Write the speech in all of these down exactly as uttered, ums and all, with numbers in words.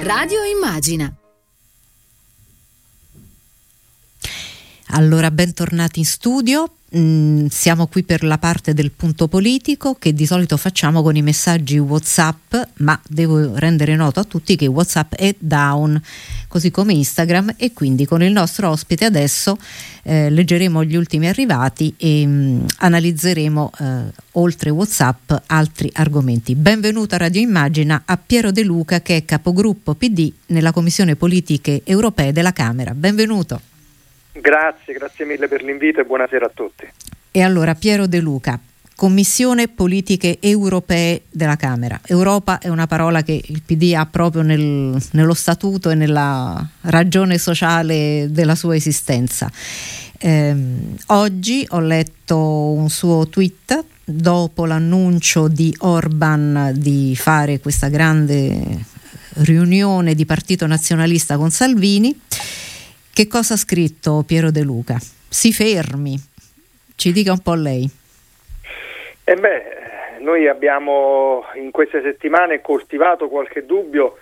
Radio Immagina. Allora, bentornati in studio. Mm, siamo qui per la parte del punto politico che di solito facciamo con i messaggi WhatsApp, ma devo rendere noto a tutti che WhatsApp è down, così come Instagram, e quindi con il nostro ospite adesso eh, leggeremo gli ultimi arrivati e mh, analizzeremo eh, oltre WhatsApp altri argomenti. Benvenuto a Radio Immagina a Piero De Luca, che è capogruppo P D nella Commissione Politiche Europee della Camera. Benvenuto. Grazie, grazie mille per l'invito e buonasera a tutti. E allora, Piero De Luca, Commissione Politiche Europee della Camera. Europa è una parola che il P D ha proprio nel, nello statuto e nella ragione sociale della sua esistenza. Eh, oggi ho letto un suo tweet dopo l'annuncio di Orban di fare questa grande riunione di partito nazionalista con Salvini. Che cosa ha scritto Piero De Luca? Si fermi, ci dica un po' lei. E beh, noi abbiamo in queste settimane coltivato qualche dubbio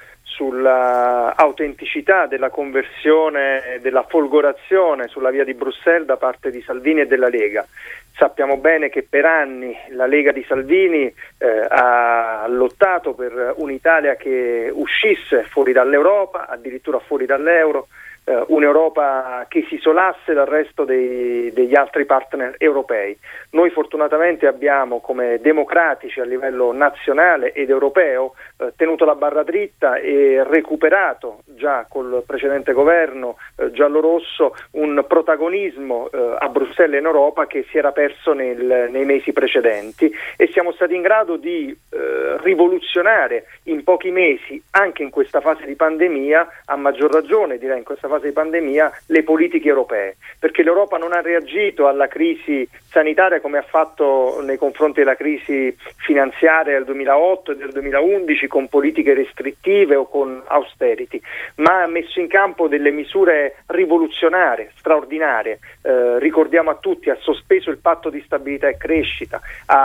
sulla autenticità della conversione, della folgorazione sulla via di Bruxelles da parte di Salvini e della Lega. Sappiamo bene che per anni la Lega di Salvini eh, ha lottato per un'Italia che uscisse fuori dall'Europa, addirittura fuori dall'euro, Uh, un'Europa che si isolasse dal resto dei, degli altri partner europei. Noi fortunatamente abbiamo, come democratici a livello nazionale ed europeo, uh, tenuto la barra dritta e recuperato già col precedente governo uh, giallorosso un protagonismo uh, a Bruxelles e in Europa che si era perso nel, nei mesi precedenti, e siamo stati in grado di uh, rivoluzionare in pochi mesi, anche in questa fase di pandemia, a maggior ragione direi in questa fase di pandemia, le politiche europee, perché l'Europa non ha reagito alla crisi sanitaria come ha fatto nei confronti della crisi finanziaria del duemilaotto e del duemilaundici con politiche restrittive o con austerity, ma ha messo in campo delle misure rivoluzionarie, straordinarie. Eh, ricordiamo a tutti, ha sospeso il patto di stabilità e crescita,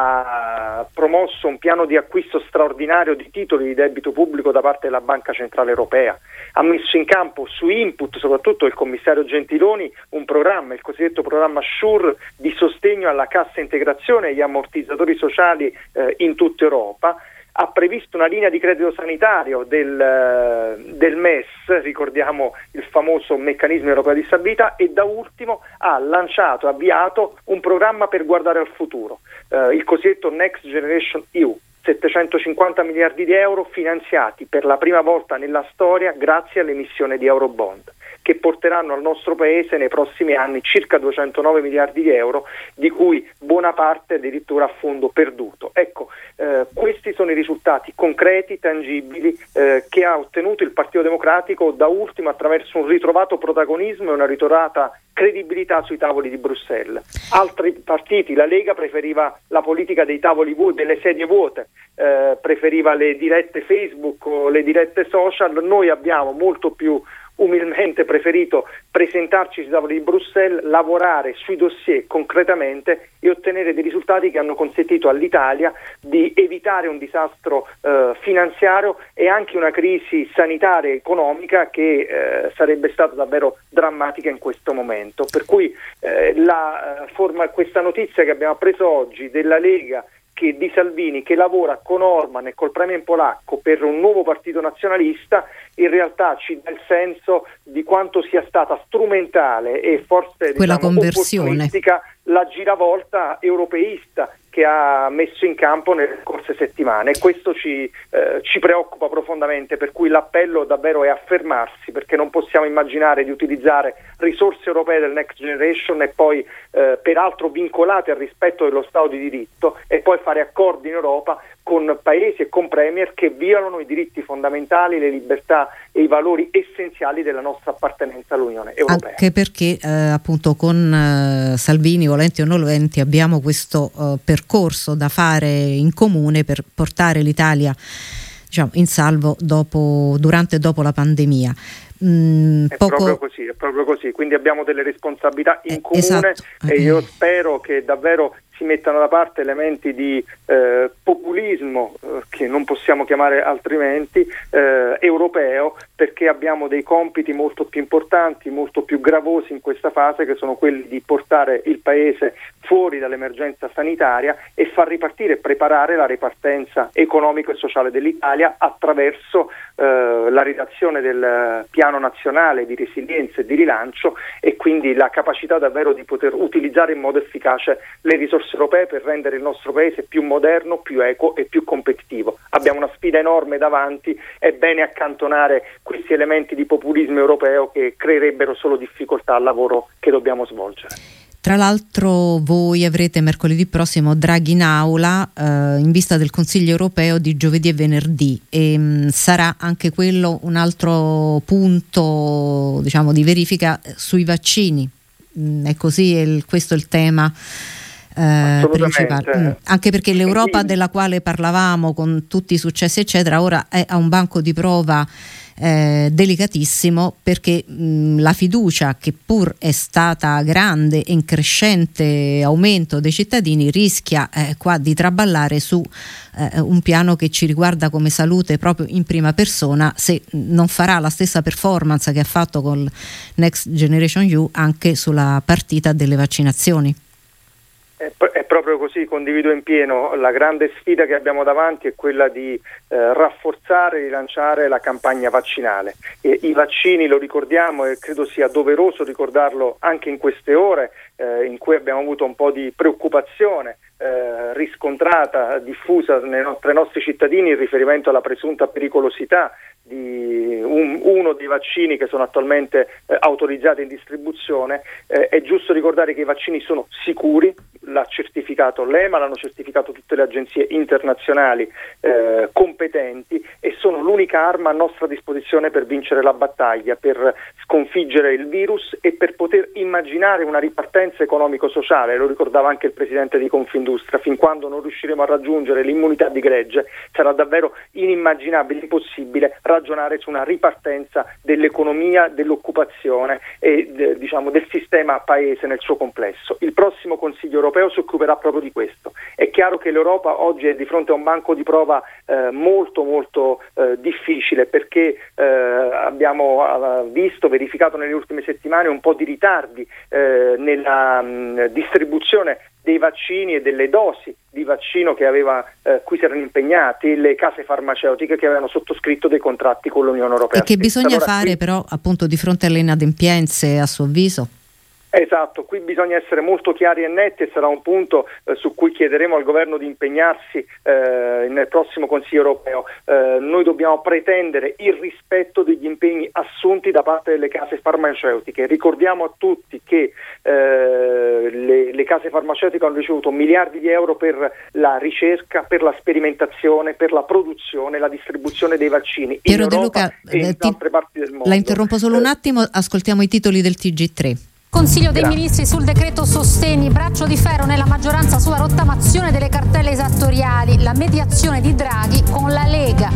ha promosso un piano di acquisto straordinario di titoli di debito pubblico da parte della Banca Centrale Europea, ha messo in campo su input soprattutto il commissario Gentiloni un programma, il cosiddetto programma SURE, di sostegno alla cassa integrazione e agli ammortizzatori sociali eh, in tutta Europa. Ha previsto una linea di credito sanitario del, del M E S, ricordiamo il famoso meccanismo europeo di stabilità, e da ultimo ha lanciato, avviato un programma per guardare al futuro, eh, il cosiddetto Next Generation E U. settecentocinquanta miliardi di euro finanziati per la prima volta nella storia grazie all'emissione di Eurobond, che porteranno al nostro paese nei prossimi anni circa duecentonove miliardi di euro, di cui buona parte addirittura a fondo perduto. Ecco, eh, questi sono i risultati concreti, tangibili, eh, che ha ottenuto il Partito Democratico, da ultimo attraverso un ritrovato protagonismo e una ritrovata credibilità sui tavoli di Bruxelles. Altri partiti, la Lega preferiva la politica dei tavoli vuoti, delle sedie vuote, eh, preferiva le dirette Facebook o le dirette social. Noi abbiamo molto più umilmente preferito presentarci sui tavoli di Bruxelles, lavorare sui dossier concretamente e ottenere dei risultati che hanno consentito all'Italia di evitare un disastro eh, finanziario e anche una crisi sanitaria e economica che eh, sarebbe stata davvero drammatica in questo momento. Per cui eh, la forma, questa notizia che abbiamo appreso oggi della Lega, che di Salvini, che lavora con Orban e col premier polacco per un nuovo partito nazionalista, in realtà ci dà il senso di quanto sia stata strumentale e forse quella diciamo, opportunistica la giravolta europeista che ha messo in campo nelle scorse settimane, e questo ci, eh, ci preoccupa profondamente, per cui l'appello davvero è a fermarsi, perché non possiamo immaginare di utilizzare risorse europee del Next Generation e poi eh, peraltro vincolate al rispetto dello Stato di diritto, e poi fare accordi in Europa con paesi e con premier che violano i diritti fondamentali, le libertà e i valori essenziali della nostra appartenenza all'Unione Europea. Anche perché eh, appunto con eh, Salvini, volenti o non volenti, abbiamo questo eh, percorso da fare in comune per portare l'Italia, diciamo, in salvo dopo, durante e dopo la pandemia. Mm, è poco... proprio così, è proprio così, quindi abbiamo delle responsabilità in eh, comune, esatto. E io spero che davvero si mettano da parte elementi di eh, populismo, eh, che non possiamo chiamare altrimenti, eh, europeo, perché abbiamo dei compiti molto più importanti, molto più gravosi in questa fase, che sono quelli di portare il Paese fuori dall'emergenza sanitaria e far ripartire e preparare la ripartenza economico e sociale dell'Italia attraverso eh, la redazione del piano nazionale di resilienza e di rilancio, e quindi la capacità davvero di poter utilizzare in modo efficace le risorse europee per rendere il nostro Paese più moderno, più equo e più competitivo. Abbiamo una sfida enorme davanti, è bene accantonare questi elementi di populismo europeo che creerebbero solo difficoltà al lavoro che dobbiamo svolgere. Tra l'altro voi avrete mercoledì prossimo Draghi in aula eh, in vista del Consiglio europeo di giovedì e venerdì, e mh, sarà anche quello un altro punto, diciamo, di verifica sui vaccini. Mh, è così, è il, questo è il tema eh, principale. Mm. Anche perché l'Europa della quale parlavamo con tutti i successi eccetera ora è a un banco di prova Eh, delicatissimo, perché mh, la fiducia, che pur è stata grande e in crescente aumento dei cittadini, rischia eh, qua di traballare su eh, un piano che ci riguarda come salute proprio in prima persona, se non farà la stessa performance che ha fatto con Next Generation E U anche sulla partita delle vaccinazioni. È proprio così, condivido in pieno. La grande sfida che abbiamo davanti è quella di eh, rafforzare e rilanciare la campagna vaccinale. E i vaccini, lo ricordiamo, e credo sia doveroso ricordarlo anche in queste ore eh, in cui abbiamo avuto un po' di preoccupazione eh, riscontrata, diffusa nei no- tra i nostri cittadini in riferimento alla presunta pericolosità di un, uno dei vaccini che sono attualmente eh, autorizzati in distribuzione. Eh, è giusto ricordare che i vaccini sono sicuri, l'ha certificato l'E M A, l'hanno certificato tutte le agenzie internazionali eh, competenti, e sono l'unica arma a nostra disposizione per vincere la battaglia, per sconfiggere il virus e per poter immaginare una ripartenza economico-sociale. Lo ricordava anche il presidente di Confindustria: fin quando non riusciremo a raggiungere l'immunità di gregge sarà davvero inimmaginabile, impossibile ragionare su una ripartenza dell'economia, dell'occupazione e de, diciamo del sistema paese nel suo complesso. Il prossimo Consiglio europeo si occuperà proprio di questo. È chiaro che l'Europa oggi è di fronte a un banco di prova eh, molto molto eh, difficile, perché eh, abbiamo eh, visto, verificato nelle ultime settimane un po' di ritardi eh, nella mh, distribuzione dei vaccini e delle dosi di vaccino che aveva eh, cui si erano impegnati le case farmaceutiche che avevano sottoscritto dei contratti con l'Unione Europea. E che bisogna allora, fare qui... però appunto di fronte alle inadempienze, a suo avviso? Esatto, qui bisogna essere molto chiari e netti, e sarà un punto eh, su cui chiederemo al governo di impegnarsi eh, nel prossimo Consiglio europeo. Eh, noi dobbiamo pretendere il rispetto degli impegni assunti da parte delle case farmaceutiche. Ricordiamo a tutti che eh, le, le case farmaceutiche hanno ricevuto miliardi di euro per la ricerca, per la sperimentazione, per la produzione e la distribuzione dei vaccini Piero in De Europa Luca, e in eh, ti, altre parti del mondo. La interrompo solo un attimo, ascoltiamo i titoli del T G tre. Consiglio dei Ministri sul decreto sostegni, braccio di ferro nella maggioranza sulla rottamazione delle cartelle esattoriali, la mediazione di Draghi con la Lega.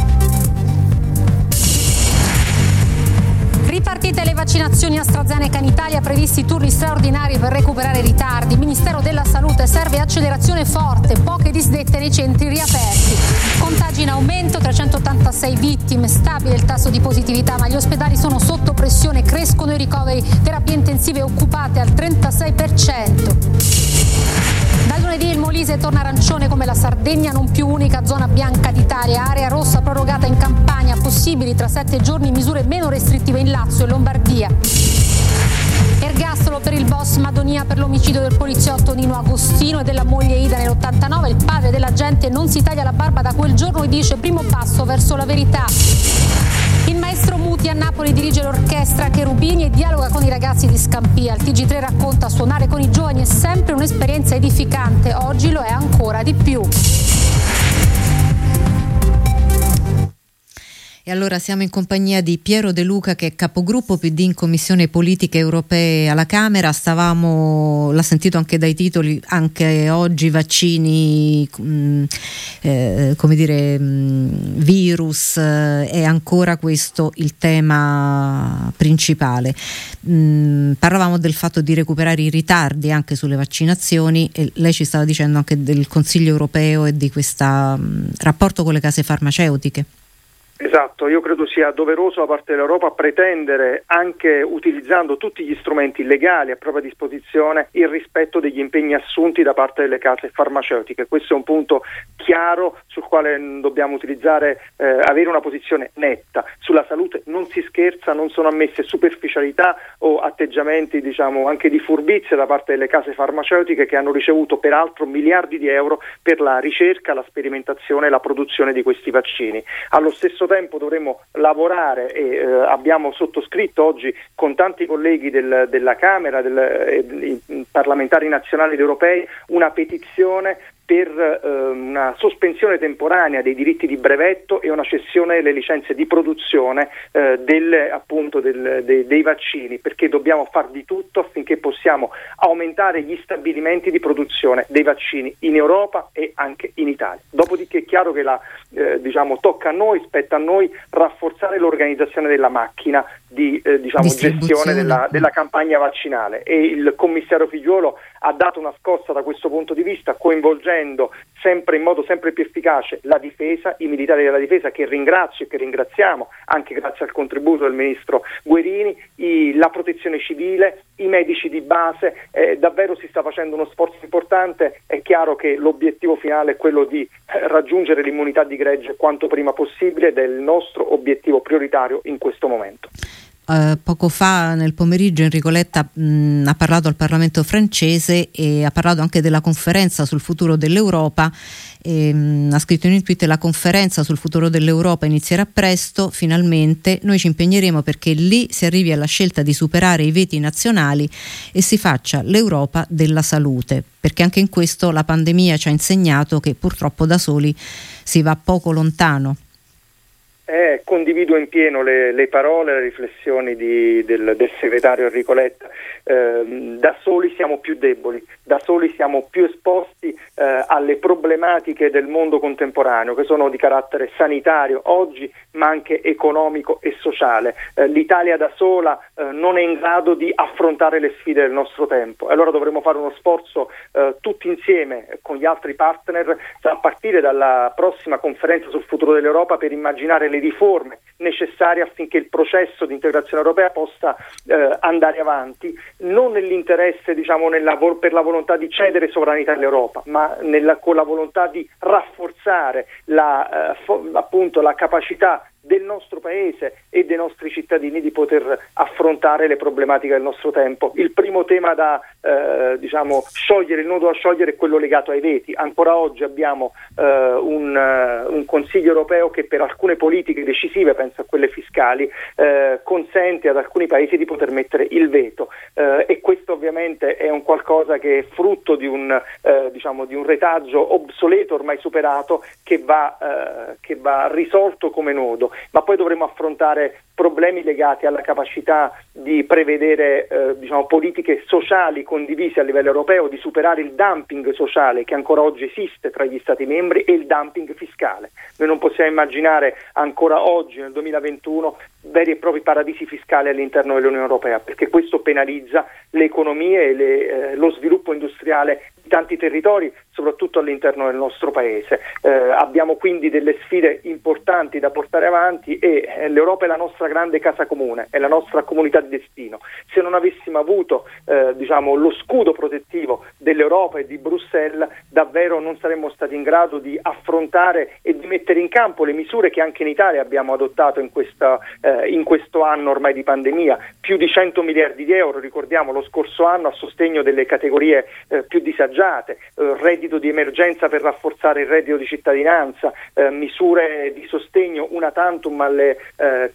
Ripartite le vaccinazioni AstraZeneca in Italia, previsti turni straordinari per recuperare ritardi. Ministero della Salute, serve accelerazione forte, poche disdette nei centri riaperti. Contagi in aumento, trecentottantasei vittime, stabile il tasso di positività, ma gli ospedali sono sotto pressione, crescono i ricoveri, terapie intensive occupate al trentasei per cento. Dal lunedì il Molise torna arancione come la Sardegna, non più unica zona bianca d'Italia, area rossa prorogata in Campania, possibili tra sette giorni misure meno restrittive in Lazio e Lombardia. Ergastolo per il boss Madonia per l'omicidio del poliziotto Nino Agostino e della moglie Ida nell'ottantanove. Il padre dell'agente non si taglia la barba da quel giorno e dice primo passo verso la verità. Il maestro Muti a Napoli dirige l'orchestra Cherubini e dialoga con i ragazzi di Scampia. Il T G tre racconta: suonare con i giovani è sempre un'esperienza edificante, oggi lo è ancora di più. E allora siamo in compagnia di Piero De Luca, che è capogruppo P D in Commissione Politiche Europee alla Camera. Stavamo, l'ha sentito anche dai titoli, anche oggi vaccini, mh, eh, come dire, mh, virus, eh, è ancora questo il tema principale. Mh, parlavamo del fatto di recuperare i ritardi anche sulle vaccinazioni, e lei ci stava dicendo anche del Consiglio europeo e di questo rapporto con le case farmaceutiche. Esatto, io credo sia doveroso da parte dell'Europa pretendere, anche utilizzando tutti gli strumenti legali a propria disposizione, il rispetto degli impegni assunti da parte delle case farmaceutiche. Questo è un punto chiaro sul quale dobbiamo utilizzare, eh, avere una posizione netta. Sulla salute non si scherza, non sono ammesse superficialità o atteggiamenti, diciamo, anche di furbizia da parte delle case farmaceutiche, che hanno ricevuto peraltro miliardi di euro per la ricerca, la sperimentazione e la produzione di questi vaccini. Allo stesso tempo dovremo lavorare e eh, abbiamo sottoscritto oggi con tanti colleghi del, della Camera, del, eh, i parlamentari nazionali ed europei, una petizione per eh, una sospensione temporanea dei diritti di brevetto e una cessione delle licenze di produzione eh, del, appunto del, dei, dei vaccini, perché dobbiamo far di tutto affinché possiamo aumentare gli stabilimenti di produzione dei vaccini in Europa e anche in Italia. Dopodiché è chiaro che la, eh, diciamo, tocca a noi, spetta a noi rafforzare l'organizzazione della macchina di eh, diciamo, gestione della, della campagna vaccinale, e il commissario Figliuolo ha dato una scossa da questo punto di vista, coinvolgendo sempre in modo sempre più efficace la difesa, i militari della difesa, che ringrazio e che ringraziamo anche grazie al contributo del ministro Guerini, i, la protezione civile, i medici di base. Eh, davvero si sta facendo uno sforzo importante. È chiaro che l'obiettivo finale è quello di eh, raggiungere l'immunità di gregge quanto prima possibile, ed è il nostro obiettivo prioritario in questo momento. Uh, poco fa nel pomeriggio Enrico Letta mh, ha parlato al Parlamento francese e ha parlato anche della conferenza sul futuro dell'Europa. E, mh, ha scritto in un tweet: la conferenza sul futuro dell'Europa inizierà presto, finalmente noi ci impegneremo perché lì si arrivi alla scelta di superare i veti nazionali e si faccia l'Europa della salute, perché anche in questo la pandemia ci ha insegnato che purtroppo da soli si va poco lontano. Eh, condivido in pieno le, le parole, le riflessioni di, del, del segretario Enrico Letta. Eh, da soli siamo più deboli, da soli siamo più esposti eh, alle problematiche del mondo contemporaneo, che sono di carattere sanitario oggi, ma anche economico e sociale. Eh, L'Italia da sola eh, non è in grado di affrontare le sfide del nostro tempo, e allora dovremo fare uno sforzo eh, tutti insieme con gli altri partner, a partire dalla prossima conferenza sul futuro dell'Europa, per immaginare le riforme necessarie affinché il processo di integrazione europea possa eh, andare avanti, non nell'interesse, diciamo, nella, per la volontà di cedere sovranità all'Europa, ma nella, con la volontà di rafforzare la, eh, fo, appunto, la capacità del nostro paese e dei nostri cittadini di poter affrontare le problematiche del nostro tempo. Il primo tema da eh, diciamo sciogliere, il nodo da sciogliere, è quello legato ai veti. Ancora oggi abbiamo eh, un, uh, un Consiglio europeo che per alcune politiche decisive, penso a quelle fiscali, eh, consente ad alcuni paesi di poter mettere il veto, eh, e questo ovviamente è un qualcosa che è frutto di un eh, diciamo di un retaggio obsoleto, ormai superato, che va, eh, che va risolto come nodo. Ma poi dovremo affrontare problemi legati alla capacità di prevedere eh, diciamo, politiche sociali condivise a livello europeo, di superare il dumping sociale che ancora oggi esiste tra gli Stati membri e il dumping fiscale. Noi non possiamo immaginare ancora oggi, nel duemilaventuno, veri e propri paradisi fiscali all'interno dell'Unione Europea, perché questo penalizza le economie e le, eh, lo sviluppo industriale di tanti territori, soprattutto all'interno del nostro paese. Eh, abbiamo quindi delle sfide importanti da portare avanti, e eh, l'Europa è la nostra grande casa comune, è la nostra comunità di destino. Se non avessimo avuto eh, diciamo, lo scudo protettivo dell'Europa e di Bruxelles, davvero non saremmo stati in grado di affrontare e di mettere in campo le misure che anche in Italia abbiamo adottato in, questa, eh, in questo anno ormai di pandemia. Più di cento miliardi di euro, ricordiamo, lo scorso anno a sostegno delle categorie eh, più disagiate, eh, reddito di emergenza per rafforzare il reddito di cittadinanza, eh, misure di sostegno una tantum alle eh, categorie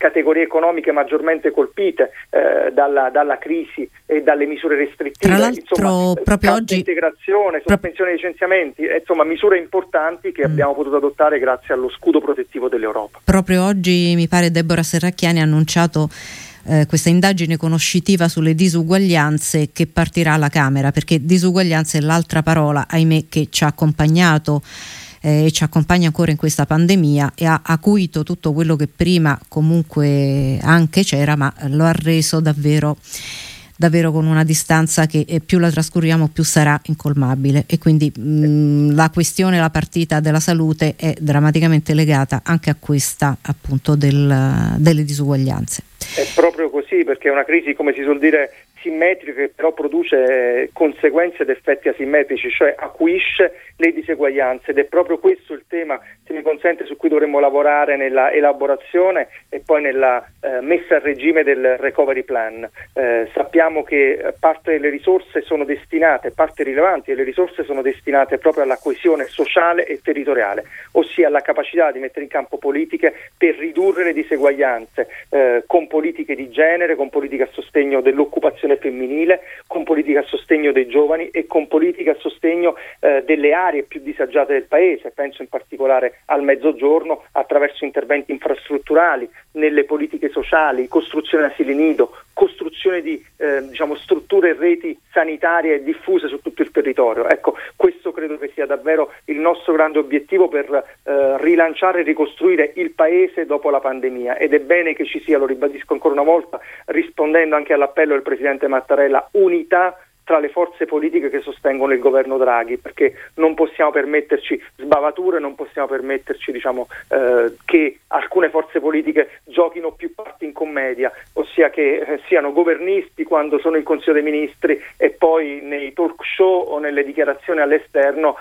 economiche maggiormente colpite eh, dalla, dalla crisi e dalle misure restrittive. Tra l'altro, insomma, proprio oggi integrazione, sospensione dei licenziamenti, insomma misure importanti che mm. abbiamo potuto adottare grazie allo scudo protettivo dell'Europa. Proprio oggi mi pare Deborah Serracchiani ha annunciato Eh, questa indagine conoscitiva sulle disuguaglianze che partirà alla Camera, perché disuguaglianze è l'altra parola, ahimè, che ci ha accompagnato e eh, ci accompagna ancora in questa pandemia e ha acuito tutto quello che prima comunque anche c'era, ma lo ha reso davvero davvero con una distanza che eh, più la trascorriamo più sarà incolmabile, e quindi mh, la questione, la partita della salute è drammaticamente legata anche a questa, appunto, del, delle disuguaglianze. È proprio così, perché è una crisi, come si suol dire, simmetrica, che però produce conseguenze ed effetti asimmetrici, cioè acuisce le diseguaglianze, ed è proprio questo il tema, se mi consente, su cui dovremmo lavorare nella elaborazione e poi nella eh, messa a regime del recovery plan. Eh, sappiamo che parte delle risorse sono destinate, parte rilevante delle risorse sono destinate proprio alla coesione sociale e territoriale, ossia alla capacità di mettere in campo politiche per ridurre le diseguaglianze, eh, con politiche di genere, con politiche a sostegno dell'occupazione femminile, con politiche a sostegno dei giovani e con politiche a sostegno eh, delle aree più disagiate del paese. Penso in particolare al Mezzogiorno, attraverso interventi infrastrutturali, nelle politiche sociali, costruzione asili nido, costruzione di eh, diciamo strutture e reti sanitarie diffuse su tutto il territorio. Ecco, questo credo che sia davvero il nostro grande obiettivo per eh, rilanciare e ricostruire il paese dopo la pandemia, ed è bene che ci sia, lo ribadisco ancora una volta, rispondendo anche all'appello del Presidente Mattarella, unità tra le forze politiche che sostengono il governo Draghi, perché non possiamo permetterci sbavature, non possiamo permetterci diciamo eh, che alcune forze politiche giochino più parti in commedia, ossia che eh, siano governisti quando sono in Consiglio dei Ministri e poi nei talk show o nelle dichiarazioni all'esterno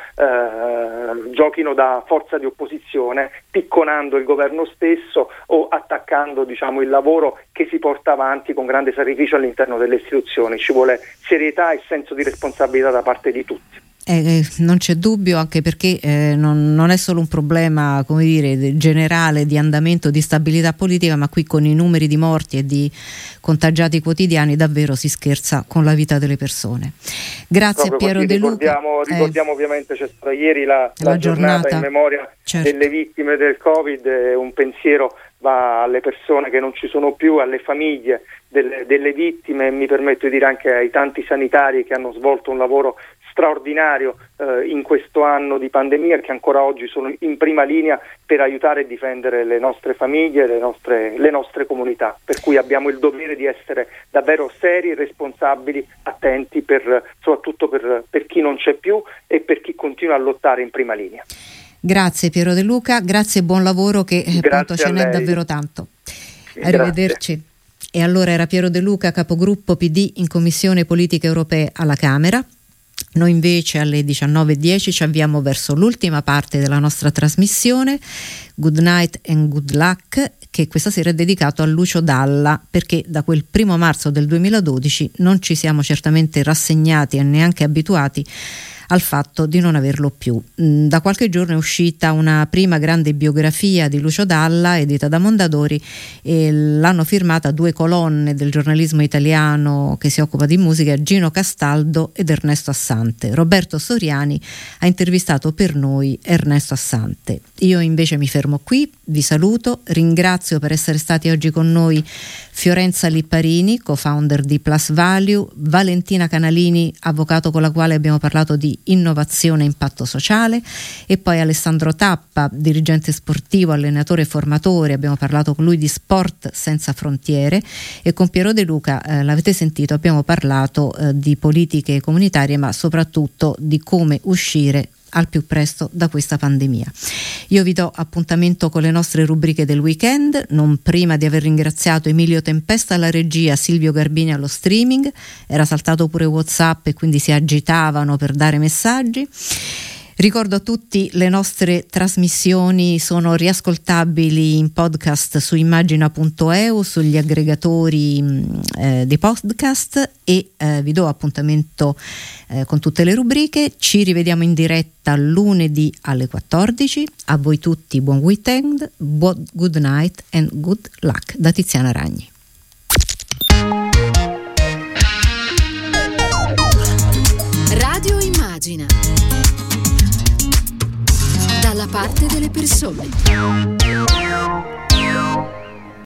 eh, giochino da forza di opposizione, picconando il governo stesso o attaccando diciamo il lavoro che si porta avanti con grande sacrificio all'interno delle istituzioni. Ci vuole serietà e senso di responsabilità da parte di tutti. Eh, non c'è dubbio, anche perché eh, non, non è solo un problema, come dire, generale di andamento, di stabilità politica, ma qui con i numeri di morti e di contagiati quotidiani davvero si scherza con la vita delle persone. Grazie. Proprio Piero De Luca. Ricordiamo, ricordiamo eh, ovviamente c'è stata ieri la, la, la giornata, giornata in memoria certo. delle vittime del Covid, e un pensiero va alle persone che non ci sono più, alle famiglie delle, delle vittime, e mi permetto di dire anche ai tanti sanitari che hanno svolto un lavoro straordinario eh, in questo anno di pandemia, che ancora oggi sono in prima linea per aiutare e difendere le nostre famiglie, le nostre, le nostre comunità, per cui abbiamo il dovere di essere davvero seri, responsabili, attenti, per, soprattutto per, per chi non c'è più e per chi continua a lottare in prima linea. Grazie Piero De Luca, grazie e buon lavoro, che appunto ce n'è davvero tanto. Arrivederci. Grazie. E allora era Piero De Luca, capogruppo P D in Commissione Politiche Europee alla Camera. Noi invece alle diciannove e dieci ci avviamo verso l'ultima parte della nostra trasmissione, Good Night and Good Luck, che questa sera è dedicato a Lucio Dalla, perché da quel primo marzo del duemiladodici non ci siamo certamente rassegnati e neanche abituati al fatto di non averlo più. Da qualche giorno è uscita una prima grande biografia di Lucio Dalla, edita da Mondadori, e l'hanno firmata due colonne del giornalismo italiano che si occupa di musica, Gino Castaldo ed Ernesto Assante. Roberto Soriani ha intervistato per noi Ernesto Assante. Io invece mi fermo qui, vi saluto, ringrazio per essere stati oggi con noi Fiorenza Lipparini, co-founder di Plus Value, Valentina Canalini, avvocato con la quale abbiamo parlato di innovazione e impatto sociale, e poi Alessandro Tappa, dirigente sportivo, allenatore e formatore, abbiamo parlato con lui di sport senza frontiere, e con Piero De Luca, eh, l'avete sentito, abbiamo parlato eh, di politiche comunitarie, ma soprattutto di come uscire al più presto da questa pandemia. Io vi do appuntamento con le nostre rubriche del weekend, non prima di aver ringraziato Emilio Tempesta alla regia, Silvio Garbini allo streaming, era saltato pure WhatsApp e quindi si agitavano per dare messaggi. Ricordo a tutti, le nostre trasmissioni sono riascoltabili in podcast su immagina punto e u, sugli aggregatori eh, dei podcast, e eh, vi do appuntamento eh, con tutte le rubriche. Ci rivediamo in diretta lunedì alle quattordici. A voi tutti buon weekend, buon good night and good luck da Tiziana Ragni. Radio Immagina, dalla parte delle persone.